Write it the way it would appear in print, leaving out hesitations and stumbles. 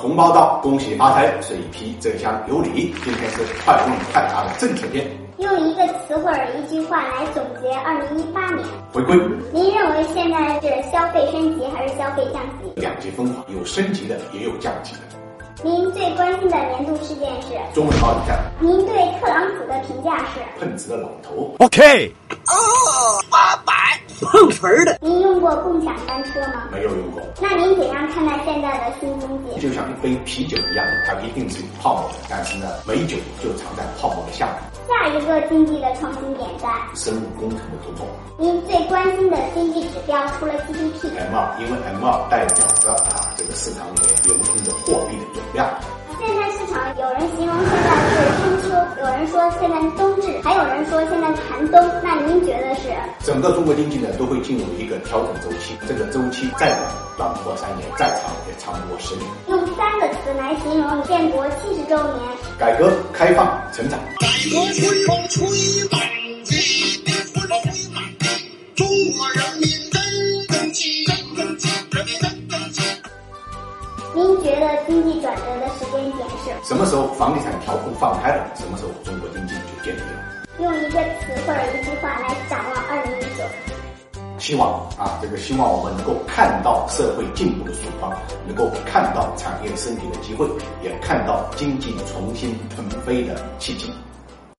红包到，恭喜发财，是一批正向有理。今天是快问快答的正确篇。 用一个词汇一句话来总结2018年。 回归。 您认为现在是消费升级还是消费降级？ 两极分化，有升级的，也有降级的。 您最关心的年度事件是中美贸易战。 您对特朗普的评价是碰瓷的老头。 OK。800碰瓷儿的。 您用过共享单车吗？ 没有用过。 那您怎样看待现在的新经济？ 就像一杯啤酒一样，它一定是有泡沫的，但是呢，美酒就藏在泡沫的下面。 下一个经济的创新点在生物工程的突破。 您最关心的经济指标除了 GDP，M2， 因为 M2代表着这个市场里面流通的货币的总量。 现在市场有人形容现在是春秋，有人说现在是冬至，还有人说现在是寒冬。那您觉得是？整个中国经济呢都会进入一个调整周期，这个周期再短不过3年，再长也长不过10年。用3个词来形容建国70周年：改革开放成长。 改革吹风吹满地，不容易满地，中国人民真争气，人民真争气。 您觉得经济转折的时间点是什么时候房地产调控放开了，什么时候中国经济就建立了。 用一个词或者一句话来展望2019。 希望这个希望我们能够看到社会进步的曙光，能够看到产业升级的机会，也看到经济重新腾飞的契机。